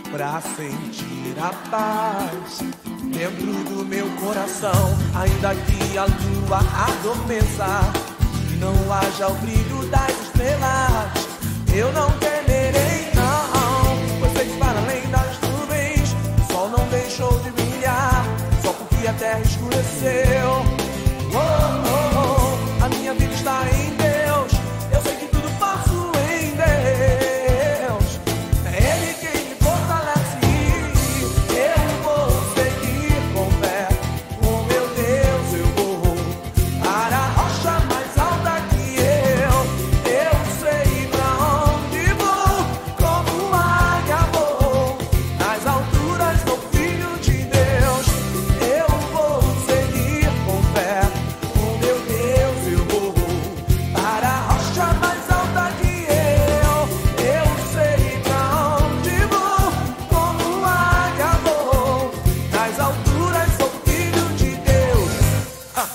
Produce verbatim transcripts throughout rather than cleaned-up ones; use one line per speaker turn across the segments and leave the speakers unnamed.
pra sentir a paz dentro do meu coração. Ainda que a lua adormeça e não haja o brilho das estrelas, eu não temerei, não, pois sei que para além das nuvens o sol não deixou de brilhar, só porque a terra escureceu. Oh, oh, oh, a minha vida está em Deus, eu sei que tudo posso em Deus, é Ele quem me fortalece. Eu vou seguir com fé, com meu Deus eu vou para a rocha mais alta que eu. Eu sei pra onde vou, como águia vou, nas alturas sou filho de Deus. Eu vou seguir com fé, com meu Deus eu vou para a rocha mais alta que eu. Eu sei pra onde vou, como águia vou, nas alturas sou filho de Deus. Ha.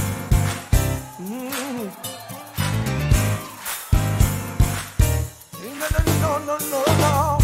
Hum. No, no, no, no, no.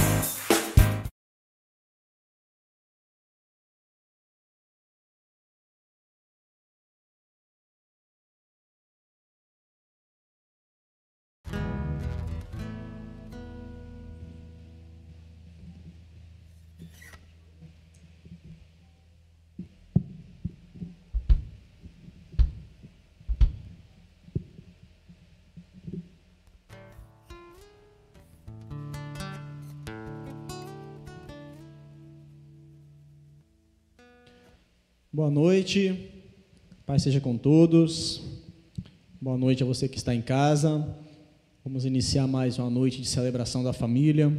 Boa noite, Pai seja com todos. Boa noite a você que está em casa. Vamos iniciar mais uma noite de celebração da família.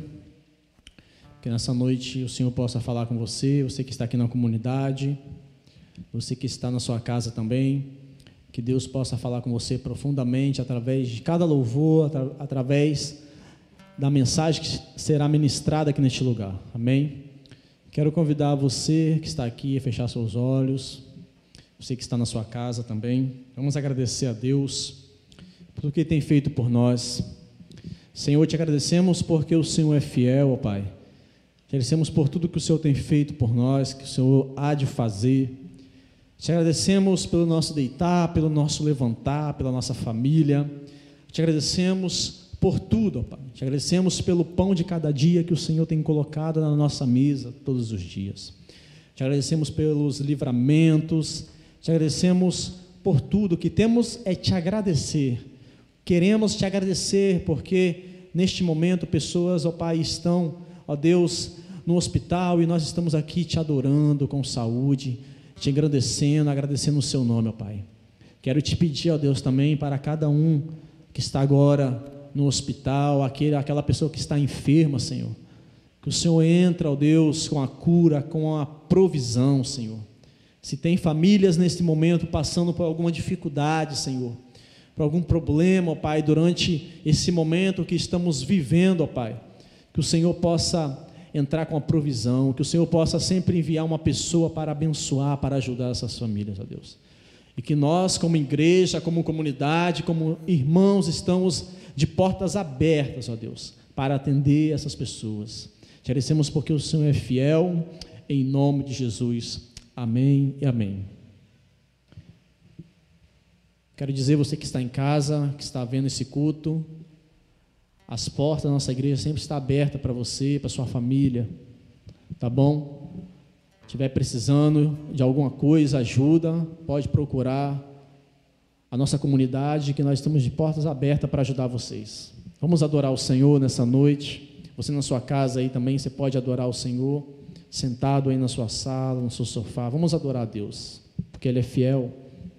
Que nessa noite o Senhor possa falar com você, você que está aqui na comunidade, você que está na sua casa também. Que Deus possa falar com você profundamente através de cada louvor, atra- através da mensagem que será ministrada aqui neste lugar. Amém? Quero convidar você que está aqui a fechar seus olhos, você que está na sua casa também. Vamos agradecer a Deus por tudo que Ele tem feito por nós. Senhor, te agradecemos porque o Senhor é fiel, ó Pai. Te agradecemos por tudo que o Senhor tem feito por nós, que o Senhor há de fazer. Te agradecemos pelo nosso deitar, pelo nosso levantar, pela nossa família. Te agradecemos por tudo, ó Pai. Te agradecemos pelo pão de cada dia que o Senhor tem colocado na nossa mesa todos os dias. Te agradecemos pelos livramentos, te agradecemos por tudo. O que temos é te agradecer. Queremos te agradecer porque neste momento pessoas, ó Pai, estão, ó Deus, no hospital e nós estamos aqui te adorando com saúde, te engrandecendo, agradecendo o seu nome, ó Pai. Quero te pedir, ó Deus, também para cada um que está agora no hospital, aquele, aquela pessoa que está enferma, Senhor, que o Senhor entra, ó Deus, com a cura, com a provisão, Senhor. Se tem famílias neste momento passando por alguma dificuldade, Senhor, por algum problema, ó Pai, durante esse momento que estamos vivendo, ó Pai, que o Senhor possa entrar com a provisão, que o Senhor possa sempre enviar uma pessoa para abençoar, para ajudar essas famílias, ó Deus. E que nós, como igreja, como comunidade, como irmãos, estamos de portas abertas, ó Deus, para atender essas pessoas. Te agradecemos porque o Senhor é fiel, em nome de Jesus. Amém e amém. Quero dizer, você que está em casa, que está vendo esse culto, as portas da nossa igreja sempre estão abertas para você, para sua família, tá bom? Se estiver precisando de alguma coisa, ajuda, pode procurar a nossa comunidade, que nós estamos de portas abertas para ajudar vocês. Vamos adorar o Senhor nessa noite. Você na sua casa aí também, você pode adorar o Senhor, sentado aí na sua sala, no seu sofá. Vamos adorar a Deus, porque Ele é fiel.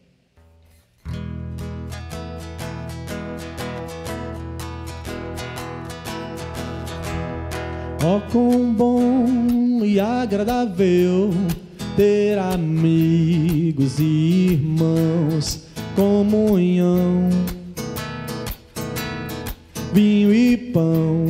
Oh, quão bom e agradável ter amigos e irmãos, comunhão, vinho e pão,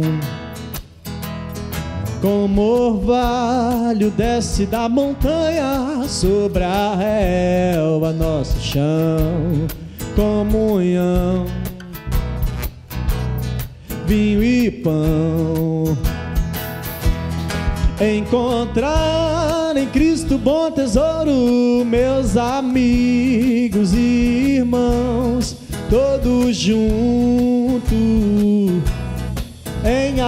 como orvalho desce da montanha sobre a relva, nosso chão, comunhão, vinho e pão, Encontrar em Cristo bom tesouro, meus amigos e irmãos, todos juntos em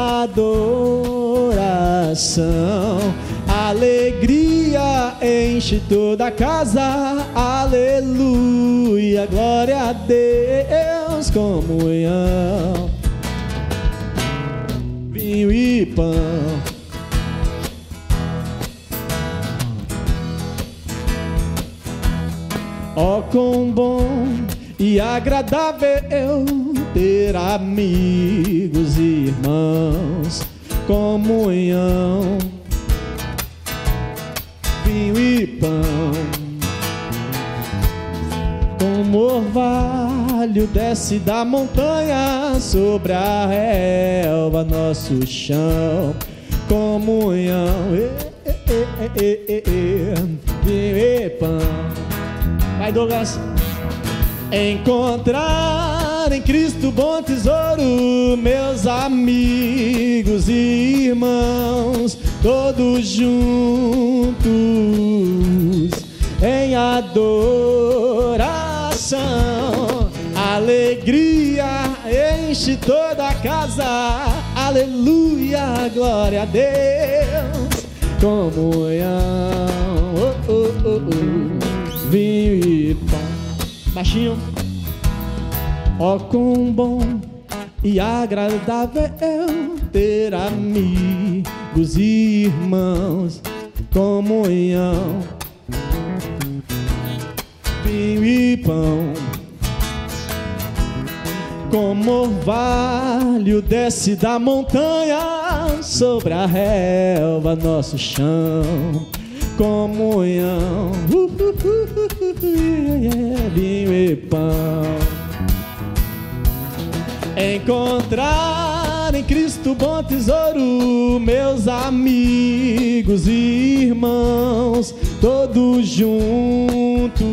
adoração. Alegria enche toda a casa, aleluia, glória a Deus, comunhão, vinho e pão. Oh, quão bom e agradável ter amigos e irmãos, comunhão, vinho e pão. Como orvalho desce da montanha sobre a relva, nosso chão, comunhão, e, e, e, e, e, vinho e pão. Vai, Douglas. Encontrar em Cristo bom tesouro, meus amigos e irmãos, todos juntos em adoração. Alegria enche toda a casa, aleluia, glória a Deus, comunhão, oh, oh, oh, oh. Vinho e pão. Baixinho. Ó, quão bom e agradável ter amigos e irmãos, comunhão, vinho e pão. Como orvalho desce da montanha sobre a relva, nosso chão, comunhão, uh, uh, uh, uh, uh, yeah, vinho e pão. Encontrar em Cristo bom tesouro, meus amigos e irmãos, todos juntos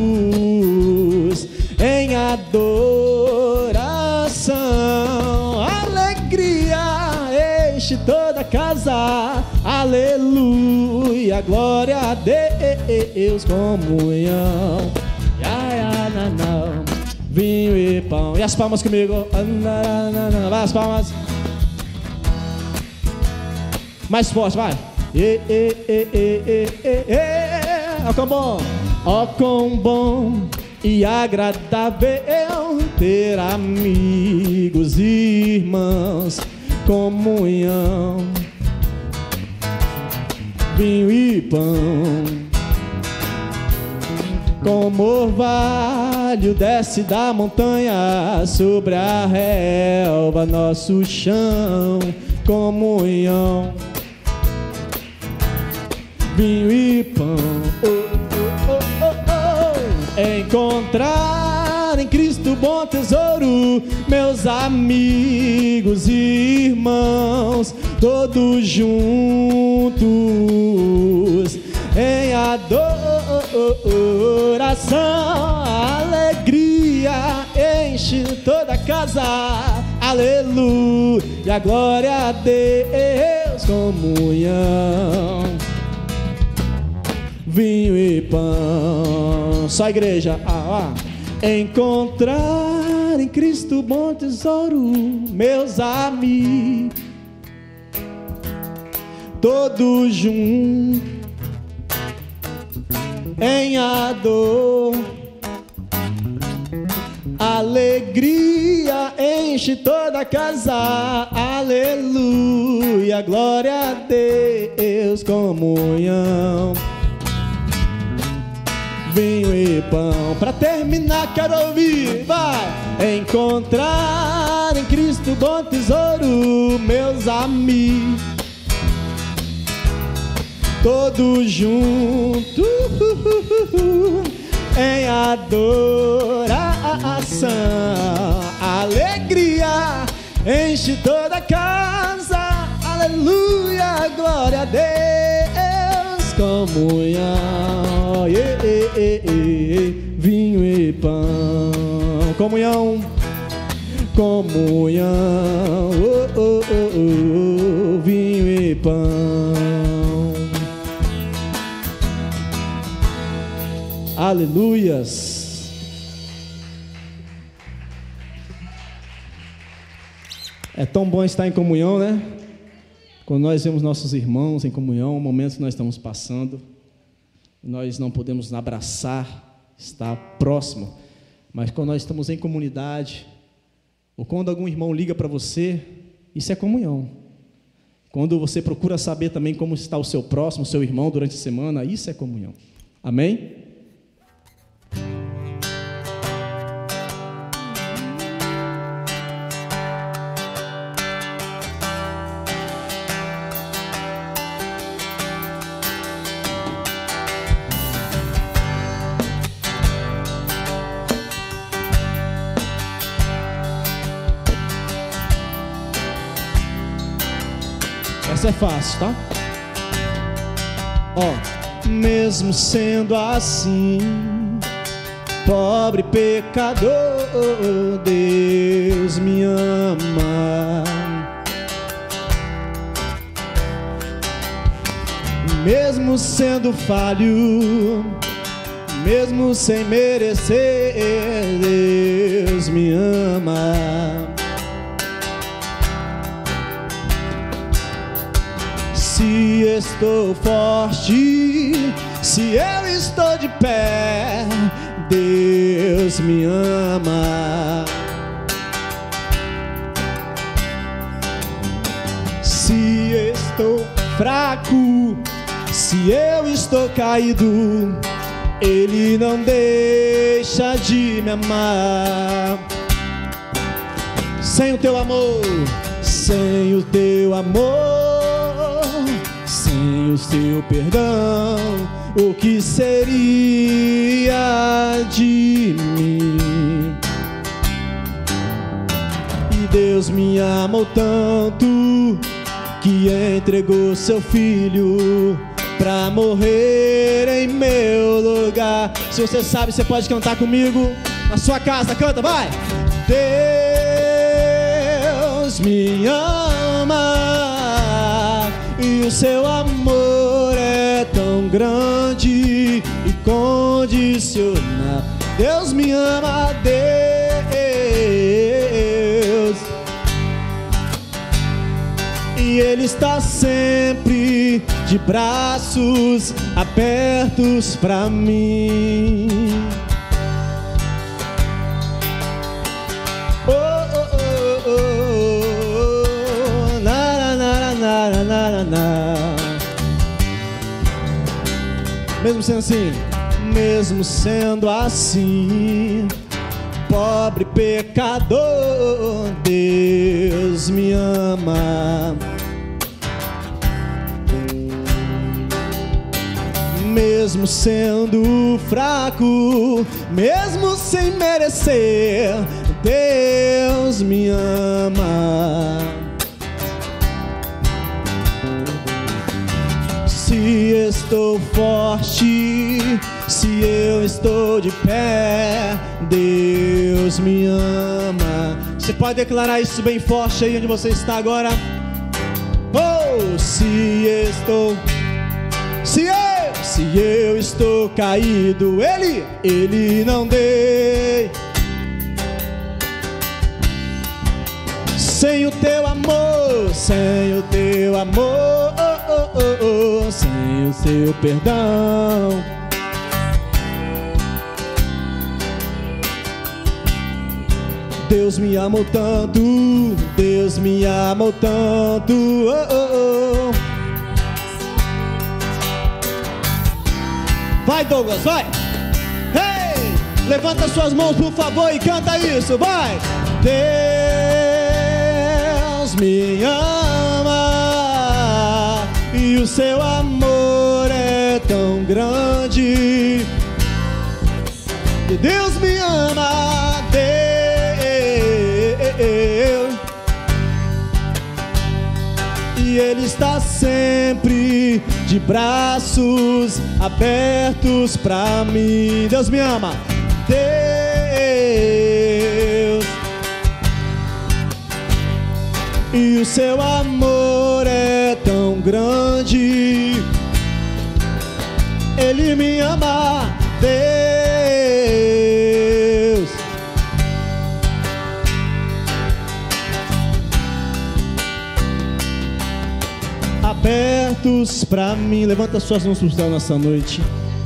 em adoração. Alegria enche toda a casa, aleluia, glória a Deus, comunhão, ya, na, na, vinho e pão. E as palmas comigo, vai as palmas, mais forte, vai. E, e, e, e, e, e, e. Ó, quão bom, ó, quão bom e agradável ter amigos e irmãos, comunhão, vinho e pão. Como orvalho desce da montanha sobre a relva, nosso chão, comunhão, vinho e pão. Oh, oh, oh, oh, oh. Encontrar em Cristo bom tesouro, meus amigos e irmãos, todos juntos em adoração. Alegria enche toda a casa, aleluia, glória a Deus, comunhão, vinho e pão. Só a igreja, ah, ah. Encontrar em Cristo bom tesouro, meus amigos, todos juntos em ador. Alegria enche toda a casa, aleluia, glória a Deus, comunhão, vinho e pão. Pra terminar quero ouvir, vai. Encontrar em Cristo bom tesouro, meus amigos, todos juntos em adoração. Alegria enche toda a casa, aleluia, glória a Deus, comunhão, yeah, yeah, yeah, yeah. Vinho e pão. Comunhão, comunhão, oh, oh, oh, oh, vinho e pão. Aleluias. É tão bom estar em comunhão, né? Quando nós vemos nossos irmãos em comunhão, momentos que nós estamos passando, nós não podemos abraçar, estar próximo, mas quando nós estamos em comunidade, ou quando algum irmão liga para você, isso é comunhão. Quando você procura saber também como está o seu próximo, o seu irmão durante a semana, isso é comunhão. Amém? Essa é fácil, tá? Ó, mesmo sendo assim, pobre pecador, Deus me ama. Mesmo sendo falho, mesmo sem merecer, Deus me ama. Se estou forte, se eu estou de pé, Deus me ama. Se estou fraco, se eu estou caído, Ele não deixa de me amar. Sem o teu amor, sem o teu amor, sem o seu perdão, o que seria de mim? E Deus me amou tanto que entregou seu filho pra morrer em meu lugar. Se você sabe, você pode cantar comigo na sua casa. Canta, vai! Deus me ama e o seu amor é tão grande e condicional. Deus me ama, Deus, e Ele está sempre de braços abertos pra mim. Oh, oh, oh, oh, oh. Na, na, na, na, na, na. Mesmo sendo assim, mesmo sendo assim, pobre pecador, Deus me ama. Mesmo sendo fraco, mesmo sem merecer, Deus me ama. Se estou forte, se eu estou de pé, Deus me ama. Você pode declarar isso bem forte aí onde você está agora? Oh, se estou, se eu, se eu estou caído, Ele, Ele não dei. Sem o teu amor, sem o teu amor, oh, oh, oh, oh, sem o seu perdão, Deus me amou tanto, Deus me amou tanto, oh, oh, oh. Vai, Douglas, vai! Hey! Levanta suas mãos, por favor, e canta isso, vai! Deus me ama e o seu amor é tão grande. Deus me ama, Deus, e Ele está sempre de braços abertos pra mim. Deus me ama, Deus, e o seu amor é tão grande. Ele me ama, Deus, abertos para mim. Levanta suas mãos para o céu nessa noite.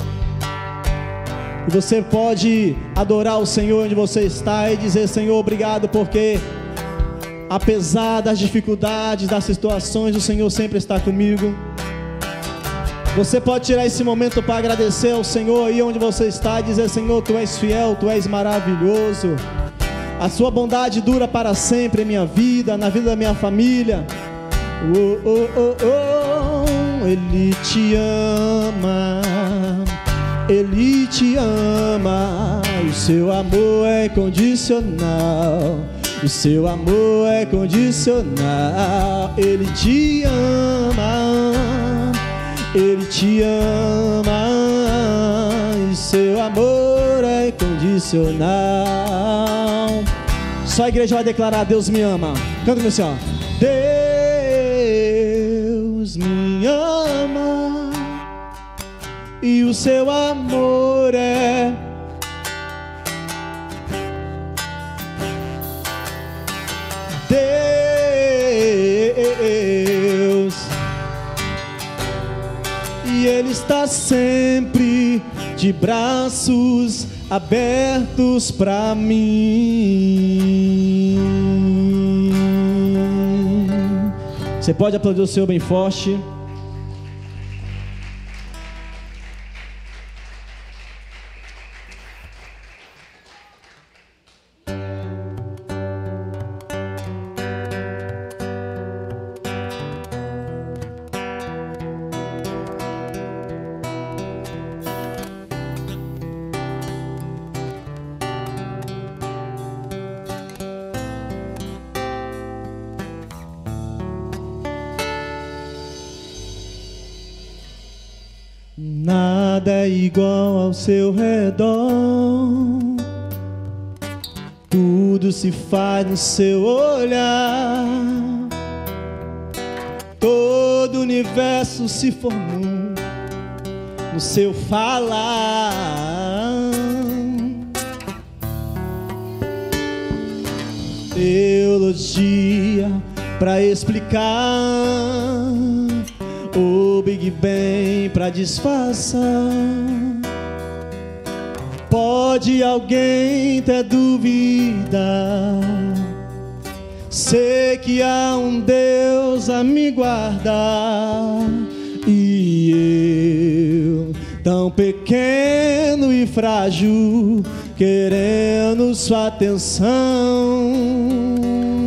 E você pode adorar o Senhor onde você está e dizer: Senhor, obrigado, porque apesar das dificuldades, das situações, o Senhor sempre está comigo. Você pode tirar esse momento para agradecer ao Senhor aí onde você está e dizer: Senhor, Tu és fiel, Tu és maravilhoso. A Sua bondade dura para sempre em minha vida, na vida da minha família. Oh, oh, oh, oh. Ele te ama, Ele te ama. O seu amor é condicional, o seu amor é condicional. Ele te ama, Ele te ama, e seu amor é condicional. Só a igreja vai declarar: Deus me ama. Canta comigo assim, ó. Deus me ama, e o seu amor é Deus, e Ele está sempre de braços abertos para mim. Você pode aplaudir o Senhor bem forte. Nada é igual ao seu redor, tudo se faz no seu olhar, todo o universo se formou no seu falar. Teologia pra explicar, o Big Bang pra disfarçar. Pode alguém ter dúvida? Sei que há um Deus a me guardar, e eu, tão pequeno e frágil, querendo sua atenção.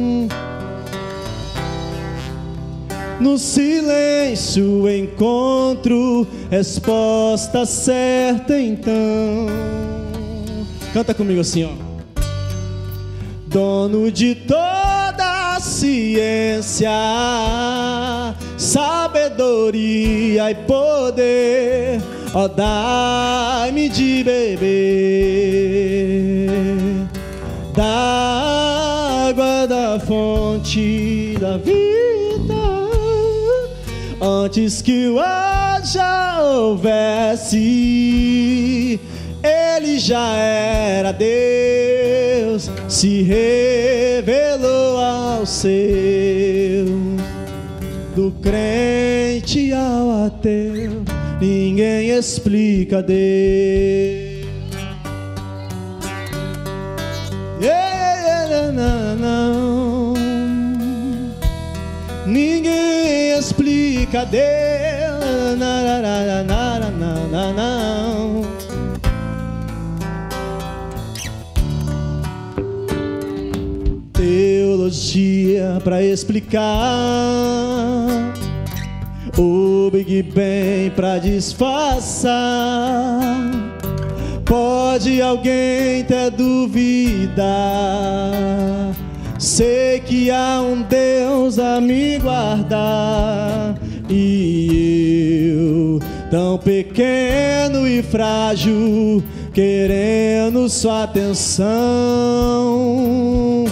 No silêncio encontro resposta certa, então. Canta comigo assim, ó. Dono de toda a ciência, sabedoria e poder, ó, dai-me de beber da água da fonte da vida. Antes que o ar já houvesse, Ele já era Deus, se revelou ao seu. Do crente ao ateu, ninguém explica Deus. Yeah, não, não. Ninguém explica Deus, não. Teologia pra explicar, o Big Bang pra disfarçar. Pode alguém ter dúvida? Sei que há um Deus a me guardar, e eu, tão pequeno e frágil, querendo sua atenção.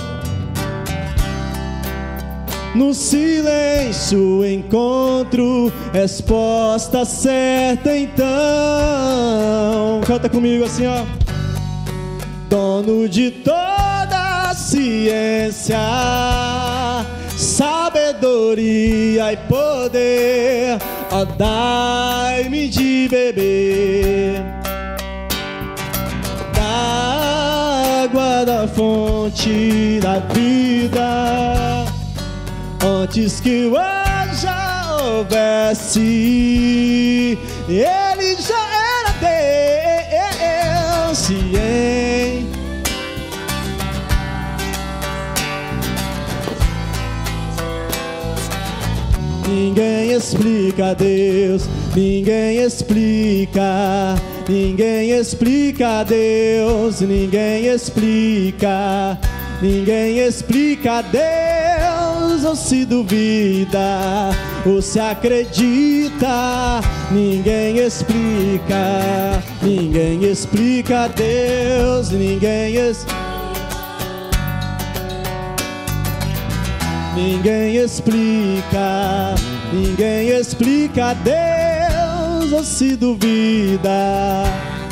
No silêncio encontro resposta certa, então. Canta comigo assim, ó. Dono de toda ciência, sabedoria e poder, ó, dai-me de beber da água da fonte da vida, antes que eu já houvesse, ele já era Deus. Se em ninguém explica Deus, ninguém explica, ninguém explica Deus, ninguém explica, ninguém explica Deus. Ou se duvida, ou se acredita, ninguém explica, ninguém explica Deus, ninguém explica. Ninguém explica, ninguém explica Deus. Ou se duvida,